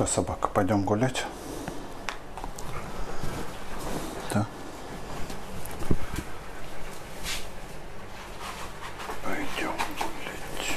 Что, собака, пойдем гулять? Да. Пойдем гулять.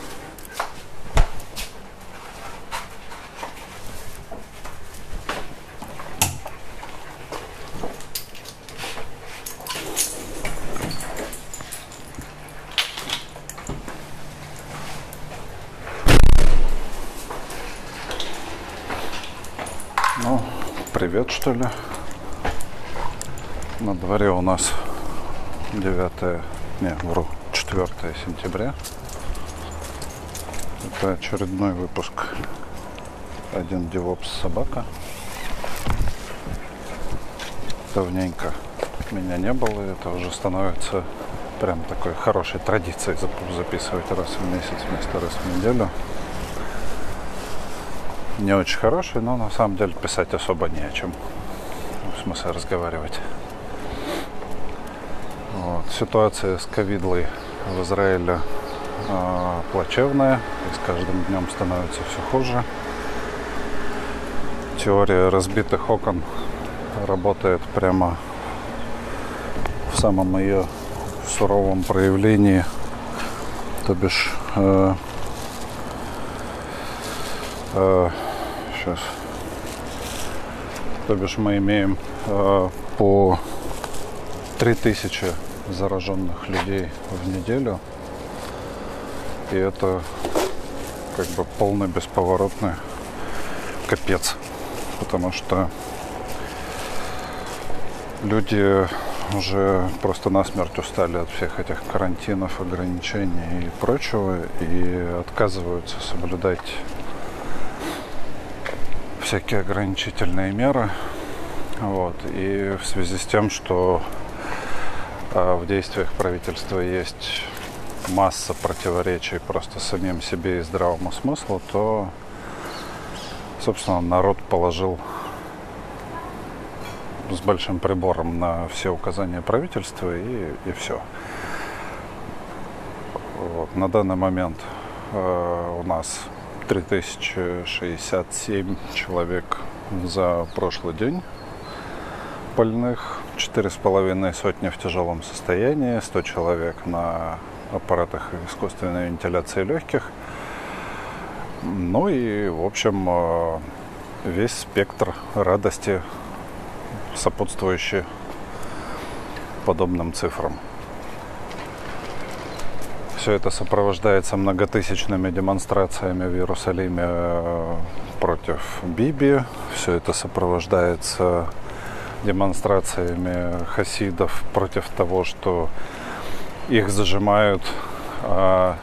Ну, привет, что ли. На дворе у нас 4 сентября. Это очередной выпуск «Один девопс собака». Давненько меня не было, и это уже становится прям такой хорошей традицией записывать раз в месяц вместо раз в неделю. Не очень хороший, но на самом деле писать особо не о чем. В смысле разговаривать. Вот. Ситуация с ковидлой в Израиле плачевная, и с каждым днем становится все хуже. Теория разбитых окон работает прямо в самом ее суровом проявлении, то бишь сейчас. То бишь мы имеем по 3000 зараженных людей в неделю. И это как бы полный бесповоротный капец. Потому что люди уже просто насмерть устали от всех этих карантинов, ограничений и прочего. И отказываются соблюдать всякие ограничительные меры. Вот. И в связи с тем, что в действиях правительства есть масса противоречий просто самим себе и здравому смыслу, то, собственно, народ положил с большим прибором на все указания правительства и все. Вот. На данный момент у нас 3067 человек за прошлый день больных, 4,5 сотни в тяжелом состоянии, 100 человек на аппаратах искусственной вентиляции легких. Ну и, в общем, весь спектр радости, сопутствующий подобным цифрам. Все это сопровождается многотысячными демонстрациями в Иерусалиме против Биби. Все это сопровождается демонстрациями хасидов против того, что их зажимают, то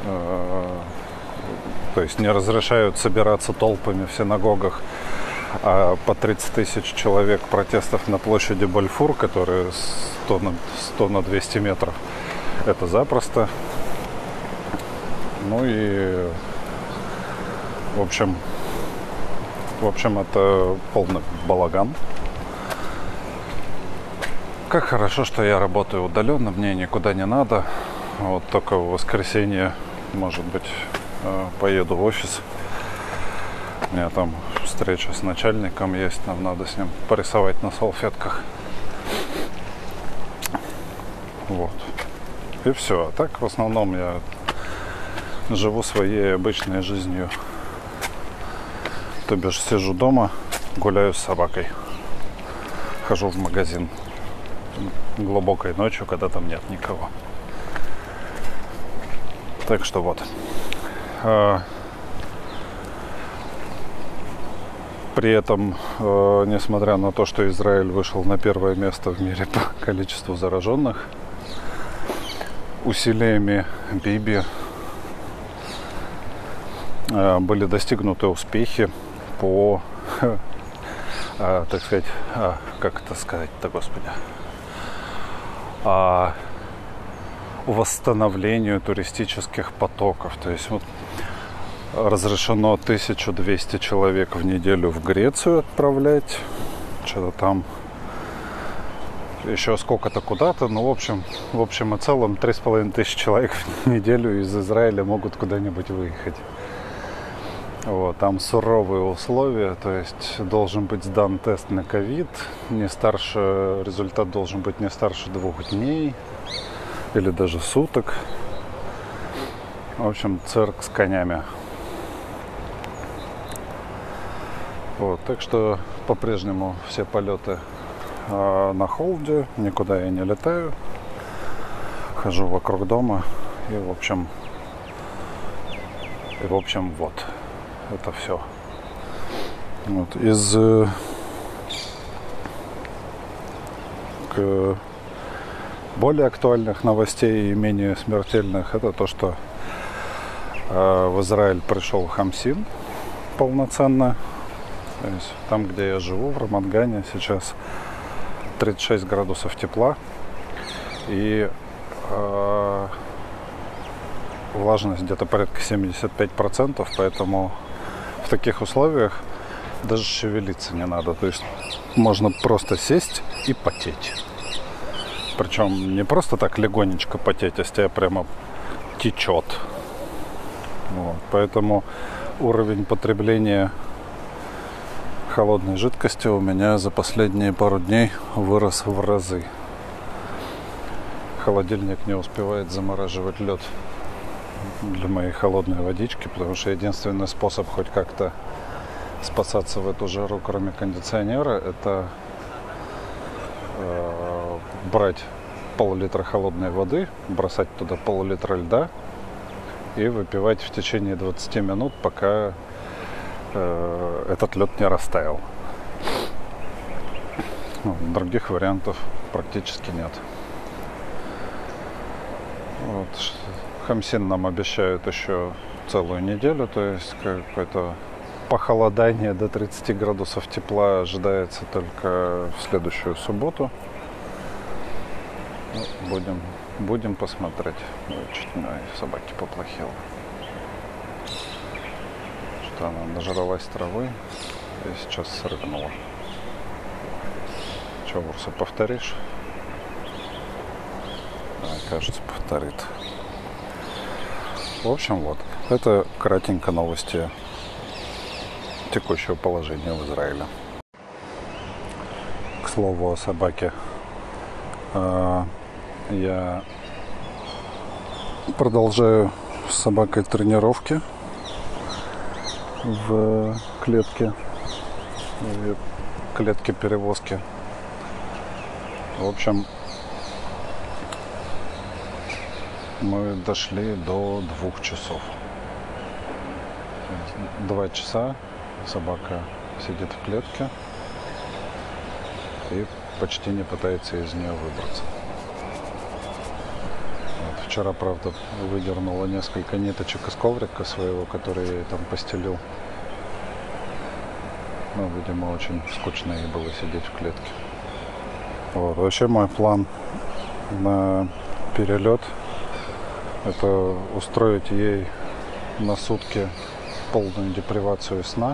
есть не разрешают собираться толпами в синагогах. А по 30 тысяч человек протестов на площади Бальфур, которые 100 на 200 метров, это запросто. Ну и в общем, это полный балаган. Как хорошо, что я работаю удаленно, мне никуда не надо. Вот только в воскресенье, может быть, поеду в офис. У меня там встреча с начальником есть, нам надо с ним порисовать на салфетках. Вот. И все. А так, в основном, я живу своей обычной жизнью. То бишь сижу дома, гуляю с собакой, хожу в магазин глубокой ночью, когда там нет никого. Так что вот. При этом, несмотря на то, что Израиль вышел на первое место в мире по количеству зараженных, усилиями Биби были достигнуты успехи по, так сказать, как это сказать-то, господи, восстановлению туристических потоков. То есть вот разрешено 1200 человек в неделю в Грецию отправлять, что-то там еще сколько-то куда-то, но в общем и целом 3500 человек в неделю из Израиля могут куда-нибудь выехать. Вот, там суровые условия, то есть должен быть сдан тест на ковид, результат должен быть не старше 2 дней или даже суток. В общем, цирк с конями. Вот, так что по-прежнему все полеты на холде, никуда я не летаю, хожу вокруг дома и в общем вот, это все. Вот, из более актуальных новостей и менее смертельных это то, что в Израиль пришел Хамсин полноценно. То есть там, где я живу, в Рамат-Гане, сейчас 36 градусов тепла и влажность где-то порядка 75%, поэтому в таких условиях даже шевелиться не надо. То есть можно просто сесть и потеть. Причем не просто так легонечко потеть, а с тебя прямо течет. Вот. Поэтому уровень потребления холодной жидкости у меня за последние пару дней вырос в разы. Холодильник не успевает замораживать лед для моей холодной водички, потому что единственный способ хоть как-то спасаться в эту жару, кроме кондиционера, это брать пол-литра холодной воды, бросать туда пол-литра льда и выпивать в течение 20 минут, пока этот лед не растаял. Других вариантов практически нет. Вот. Хамсин нам обещают еще целую неделю, то есть какое-то похолодание до 30 градусов тепла ожидается только в следующую субботу. Ну, будем посмотреть. Чуть у меня собаки поплохело. Что она нажралась травы и сейчас срыгнула. Че, Урса, повторишь? Да, кажется, повторит. В общем, вот. Это кратенько новости текущего положения в Израиле. К слову о собаке. Я продолжаю с собакой тренировки в клетке перевозки. В общем, мы дошли до 2 часов. 2 часа собака сидит в клетке и почти не пытается из нее выбраться. Вот, вчера, правда, выдернула несколько ниточек из коврика своего, который я ей там постелил. Ну, видимо, очень скучно ей было сидеть в клетке. Вот. Вообще мой план на перелет — это устроить ей на сутки полную депривацию сна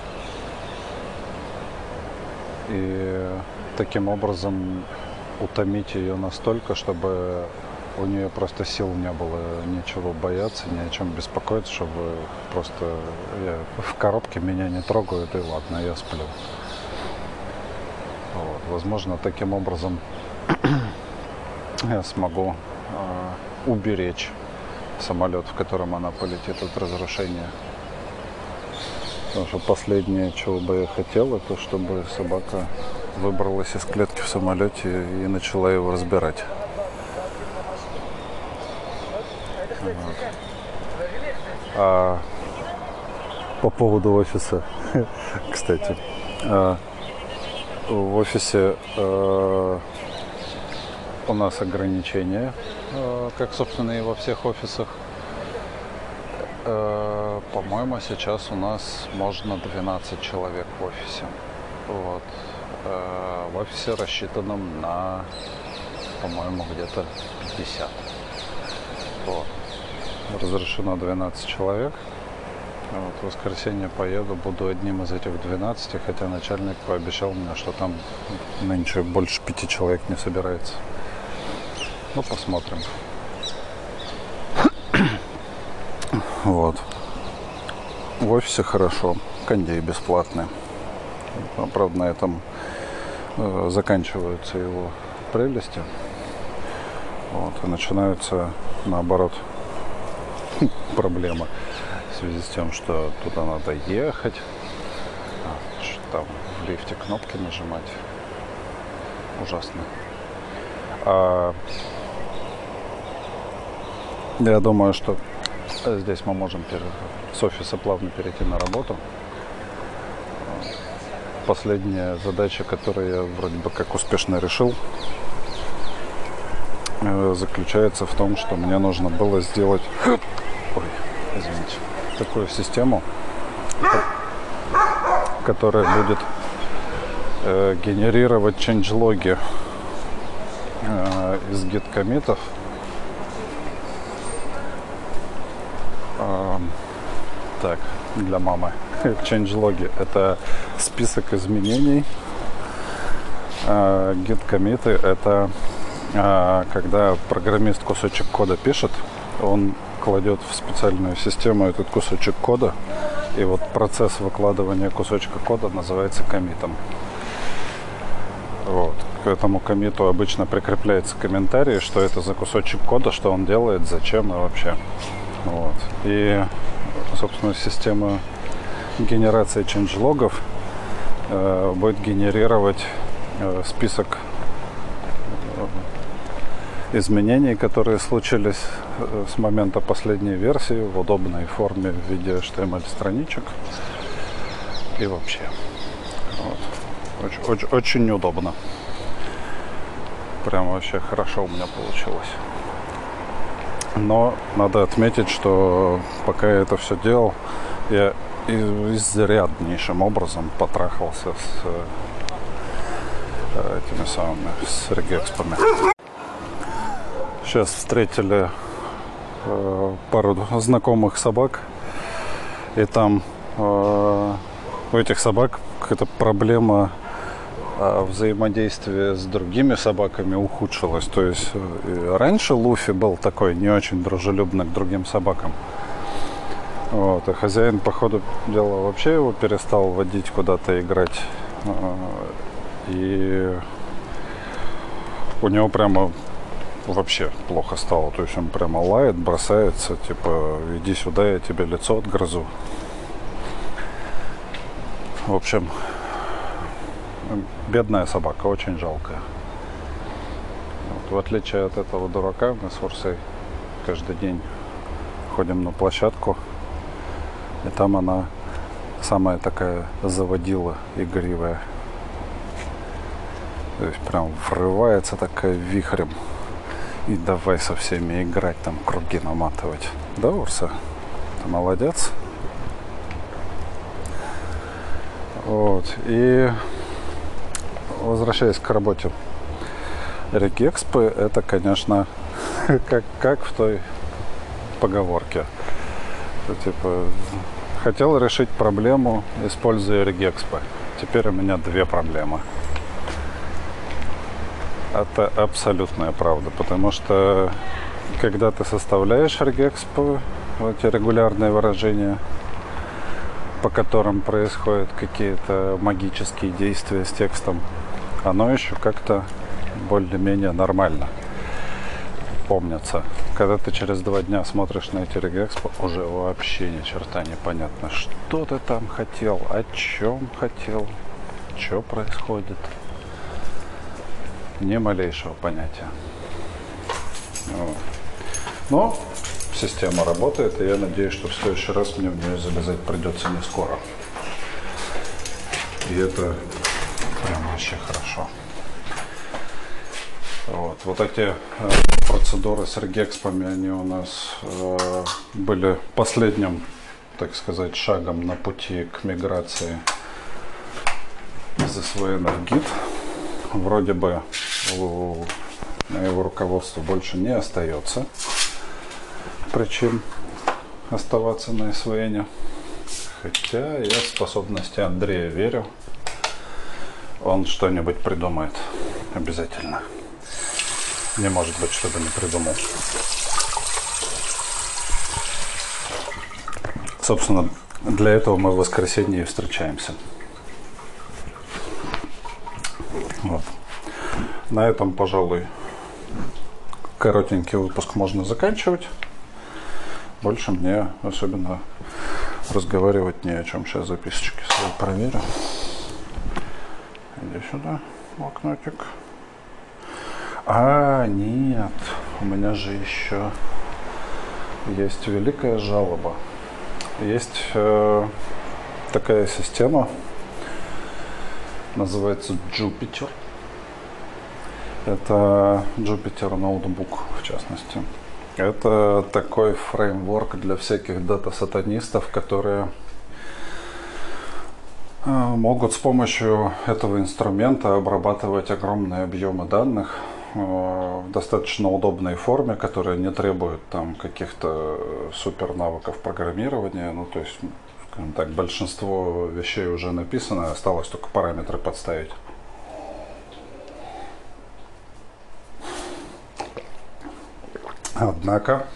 и таким образом утомить ее настолько, чтобы у нее просто сил не было ничего бояться, ни о чем беспокоиться, чтобы просто в коробке меня не трогают, и ладно, я сплю. Вот. Возможно, таким образом я смогу уберечь самолет, в котором она полетит, от разрушения. Потому что последнее, чего бы я хотел, это чтобы собака выбралась из клетки в самолете и начала его разбирать. Вот. А по поводу офиса, кстати, в офисе у нас ограничения, как, собственно, и во всех офисах. По-моему, сейчас у нас можно 12 человек в офисе. Вот. В офисе рассчитанном на, по-моему, где-то 50. Вот. Разрешено 12 человек. Вот, в воскресенье поеду, буду одним из этих 12, хотя начальник пообещал мне, что там нынче больше 5 человек не собирается. Ну, посмотрим. Вот. в офисе хорошо, кондей бесплатный. Правда, на этом заканчиваются его прелести. Вот, и начинаются, наоборот, проблемы в связи с тем, что туда надо ехать, там в лифте кнопки нажимать. Ужасно. Я думаю, что здесь мы можем с офиса плавно перейти на работу. Последняя задача, которую я вроде бы как успешно решил, заключается в том, что мне нужно было сделать такую систему, которая будет генерировать чейнджлоги из гит-коммитов. Так, для мамы. Чейнджлоги — это список изменений. Гит-коммиты — это когда программист кусочек кода пишет, он кладет в специальную систему этот кусочек кода, и вот процесс выкладывания кусочка кода называется коммитом. Вот. К этому коммиту обычно прикрепляется комментарий, что это за кусочек кода, что он делает, зачем и вообще. Вот. И, собственно, система генерации чейнджлогов будет генерировать список изменений, которые случились с момента последней версии в удобной форме в виде HTML-страничек и вообще. Вот. Очень удобно. Прям вообще хорошо у меня получилось. Но надо отметить, что пока я это все делал, я изряднейшим образом потрахался с этими самыми, с регекспами. Сейчас встретили пару знакомых собак, и там у этих собак какая-то проблема взаимодействия с другими собаками ухудшилось. То есть раньше Луфи был такой не очень дружелюбный к другим собакам. Вот, и хозяин, по ходу дела, вообще его перестал водить куда-то играть. И у него прямо вообще плохо стало. То есть он прямо лает, бросается, типа, иди сюда, я тебе лицо отгрызу. В общем, бедная собака, очень жалкая. Вот, в отличие от этого дурака, мы с Урсой каждый день ходим на площадку, и там она самая такая заводила, игривая. То есть прям врывается такая вихрем и давай со всеми играть, там круги наматывать. Да, Урса? Ты молодец. Вот. И возвращаясь к работе, регекспы — это, конечно, как в той поговорке. Что, типа, хотел решить проблему, используя регекспы. Теперь у меня две проблемы. Это абсолютная правда, потому что когда ты составляешь регекспы, эти регулярные выражения, по которым происходят какие-то магические действия с текстом, оно еще как-то более-менее нормально помнится. Когда ты через 2 дня смотришь на эти регекспы, уже вообще ни черта не понятно, что ты там хотел, о чем хотел, что происходит. Ни малейшего понятия. Вот. Но система работает, и я надеюсь, что в следующий раз мне в нее залезать придется не скоро. И это прям вообще хорошо. Вот эти процедуры с регекспами, они у нас были последним, так сказать, шагом на пути к миграции из SVN в Git. Вроде бы у моего руководства больше не остается причин оставаться на SVN. Хотя я в способности Андрея верю. Он что-нибудь придумает. Обязательно. Не может быть, чтобы не придумал. Собственно, Для этого мы в воскресенье и встречаемся. Вот. На этом, пожалуй, коротенький выпуск можно заканчивать. Больше мне особенно разговаривать не о чем. Сейчас записочки свои проверю. Иди сюда, блокнотик. Нет, у меня же еще есть великая жалоба. Есть такая система, называется Jupyter. Это Jupyter ноутбук, в частности. Это такой фреймворк для всяких дата-сатанистов, которые могут с помощью этого инструмента обрабатывать огромные объемы данных в достаточно удобной форме, которая не требует там каких-то супер навыков программирования. Ну, то есть, скажем так, большинство вещей уже написано, осталось только параметры подставить. Однако,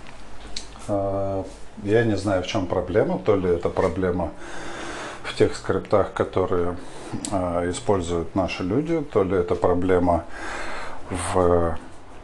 я не знаю, в чем проблема. То ли это проблема в тех скриптах, которые используют наши люди, то ли это проблема в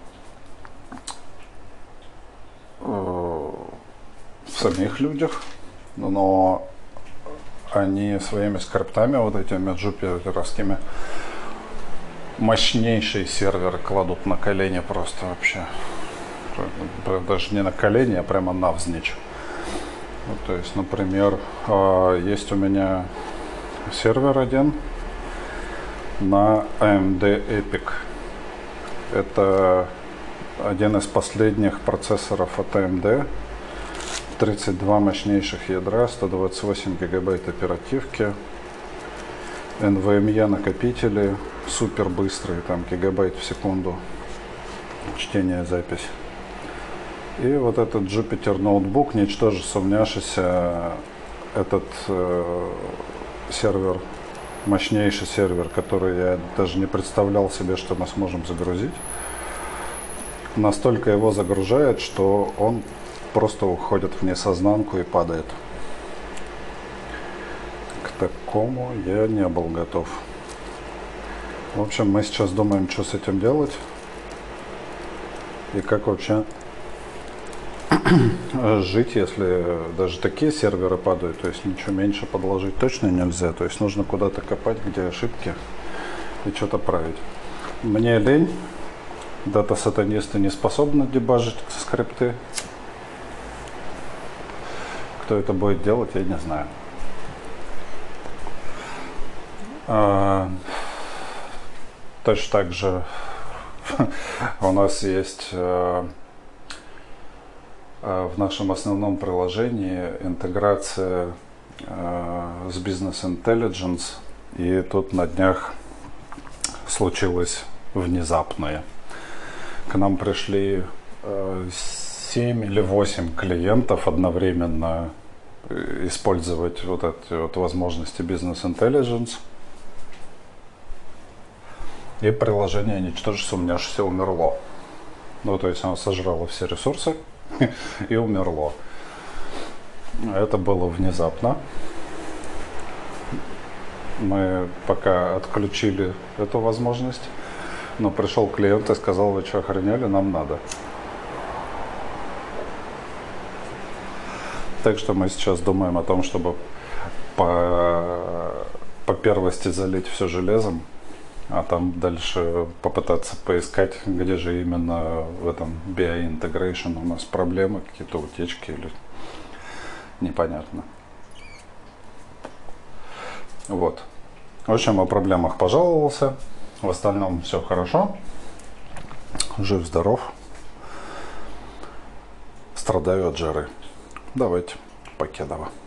самих людях, но они своими скриптами, вот этими джупитеровскими, мощнейший сервер кладут на колени просто вообще. Даже не на колени, а прямо навзничь. Вот, то есть, например, есть у меня сервер один на AMD EPYC. Это один из последних процессоров от AMD. 32 мощнейших ядра, 128 гигабайт оперативки, NVMe накопители, супер быстрые, там гигабайт в секунду чтение, запись. И вот этот Jupyter ноутбук, ничтоже сумняшися, этот сервер, мощнейший сервер, который я даже не представлял себе, что мы сможем загрузить, настолько его загружает, что он просто уходит в несознанку и падает. К такому я не был готов. В общем, мы сейчас думаем, что с этим делать и как вообще жить, если даже такие серверы падают. То есть ничего меньше подложить точно нельзя. То есть нужно куда-то копать, где ошибки, и что-то править. Мне лень. Дата-сатанисты не способны дебажить скрипты. Кто это будет делать, я не знаю. Точно так же у нас есть в нашем основном приложении интеграция с Business Intelligence, и тут на днях случилось внезапное. К нам пришли 7 или 8 клиентов одновременно использовать вот эти вот возможности Business Intelligence, и приложение, ничтоже сумняшися, умерло. Ну, то есть оно сожрало все ресурсы и умерло. Это было внезапно. Мы пока отключили эту возможность, но пришел клиент и сказал: вы что, охренели, нам надо. Так что мы сейчас думаем о том, чтобы по первости залить все железом, а там дальше попытаться поискать, где же именно в этом BI Integration у нас проблемы, какие-то утечки или непонятно. Вот. В общем, о проблемах пожаловался. В остальном все хорошо. Жив-здоров. Страдаю от жары. Давайте, покедово.